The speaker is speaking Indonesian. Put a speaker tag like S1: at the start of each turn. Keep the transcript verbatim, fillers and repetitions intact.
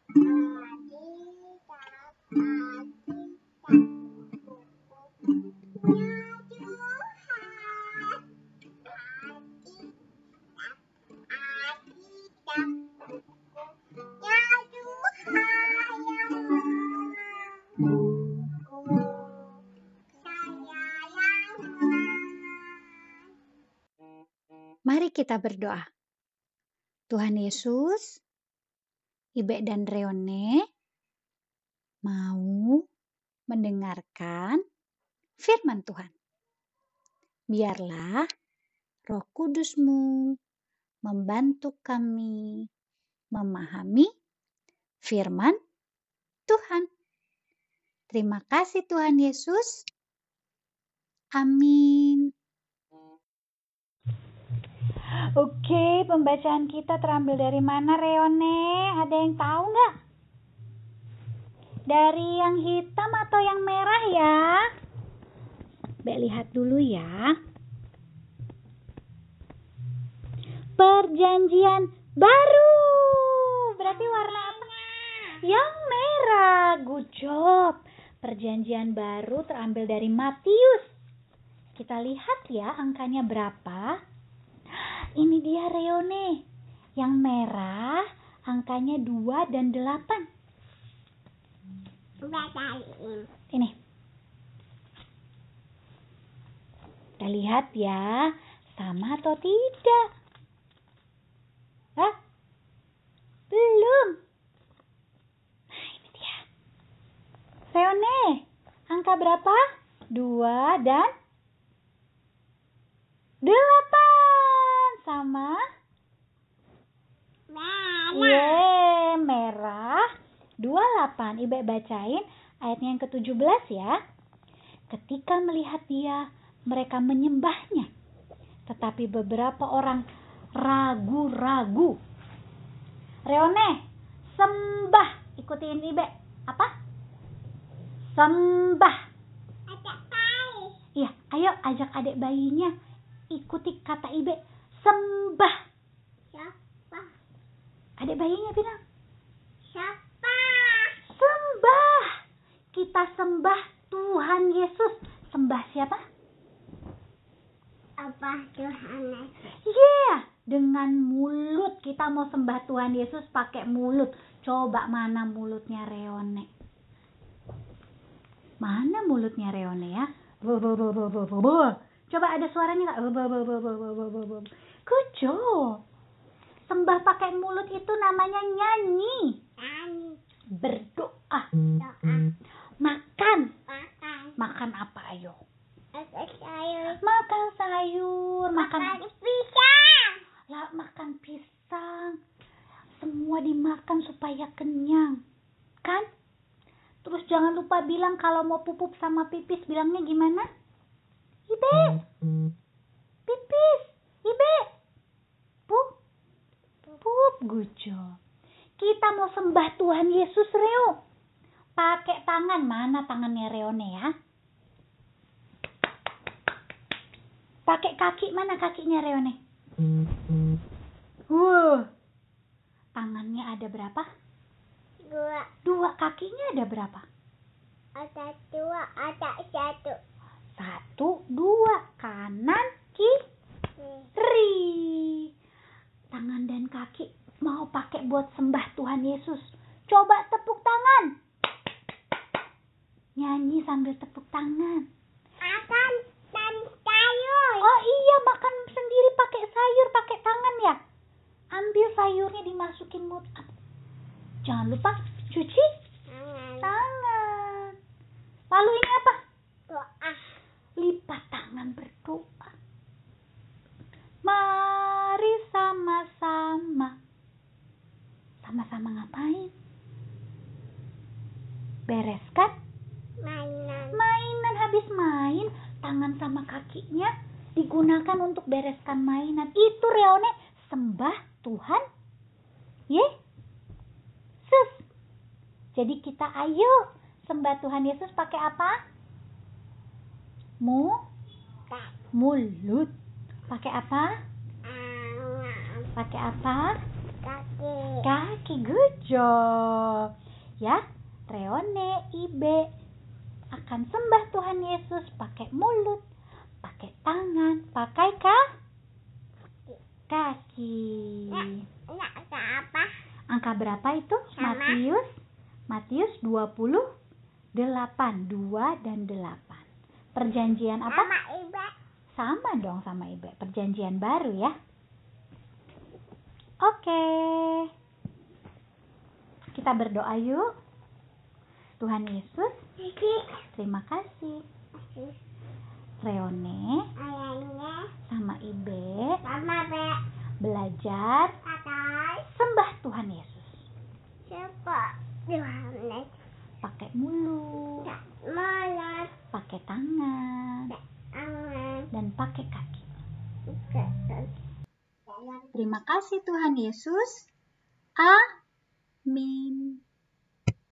S1: Mari kita berdoa. Tuhan Yesus, Ibe dan Reone mau mendengarkan firman Tuhan. Biarlah Roh Kudus-Mu membantu kami memahami firman Tuhan. Terima kasih Tuhan Yesus. Amin. Oke, pembacaan kita terambil dari mana, Reone? Ada yang tahu nggak? Dari yang hitam atau yang merah ya? Be lihat dulu ya. Perjanjian baru. Berarti warna apa? Yang merah. Good job. Perjanjian baru terambil dari Matius. Kita lihat ya angkanya berapa. Ini dia Reone. Yang merah angkanya dua dan delapan. Ini. Kita lihat ya. Sama atau tidak? Hah? Belum. Nah ini dia. Reone. Angka berapa? dua dan delapan. Sama merah. Yeay, merah dua puluh delapan. Ibe bacain ayatnya yang ke tujuh belas ya. Ketika melihat dia, mereka menyembahnya. Tetapi beberapa orang ragu-ragu. Reone, sembah. Ikutin Ibe. Apa? Sembah. Ajak bayi. Iya, ayo ajak adik bayinya. Ikuti kata Ibe. Sembah. Siapa? Adik bayinya bilang. Siapa? Sembah. Kita sembah Tuhan Yesus. Sembah siapa? Apa Tuhan Yesus? Yeah. Dengan mulut. Kita mau sembah Tuhan Yesus pakai mulut. Coba mana mulutnya Reone? Mana mulutnya Reone ya? Coba ada suaranya nggak? Good job. Sembah pakai mulut itu namanya nyanyi. Nyanyi. Berdoa. Doa. Makan. Makan. Makan apa ayo? Makan sayur. Makan sayur. Makan, makan pisang. Lah makan pisang. Semua dimakan supaya kenyang. Kan? Terus jangan lupa bilang kalau mau pupuk sama pipis bilangnya gimana? Ibe. Pipis. Ibe. Pup. Pup. Good job. Kita mau sembah Tuhan Yesus, Reo. Pakai tangan. Mana tangannya Reone ya? Pakai kaki. Mana kakinya Reone? Wow. Tangannya ada berapa? Dua. Dua. Kakinya ada berapa? Ada dua. Ada satu. Satu, dua. Kanan, kiri. Tangan dan kaki mau pakai buat sembah Tuhan Yesus. Coba tepuk tangan. Nyanyi sambil tepuk tangan. Makan dan sayur. Oh iya, makan sendiri pakai sayur, pakai tangan ya. Ambil sayurnya dimasukin mulut. Jangan lupa cuci tangan. tangan. Lalu ini apa? Doa. Lipat tangan berdoa. Mari sama-sama. Sama-sama ngapain? Bereskan? Mainan. Mainan. Habis main, tangan sama kakinya digunakan untuk bereskan mainan. Itu Reone sembah Tuhan Yesus. Jadi kita ayo sembah Tuhan Yesus pakai apa? Mu? Mulut. Pakai apa? Pakai apa? Kaki. Kaki. kaki. Good job. Ya, Reone, Ibe akan sembah Tuhan Yesus pakai mulut, pakai tangan, pakai kah? Kaki.
S2: Angka apa?
S1: Angka berapa itu?
S2: Sama.
S1: Matius. Matius dua puluh delapan. dua dan delapan. Perjanjian apa?
S2: Sama Ibu.
S1: Sama dong sama Ibe. Perjanjian baru ya. Oke. Kita berdoa yuk. Tuhan Yesus, terima kasih. Reone
S2: Ayahnya
S1: sama Ibe
S2: sama Be.
S1: belajar
S2: Atas.
S1: sembah Tuhan Yesus.
S2: Siapa? Yohanes.
S1: Pakai mulut,
S2: Malas.
S1: pakai tangan,
S2: Angan.
S1: dan pakai kaki.
S2: Kesan.
S1: Terima kasih Tuhan Yesus. A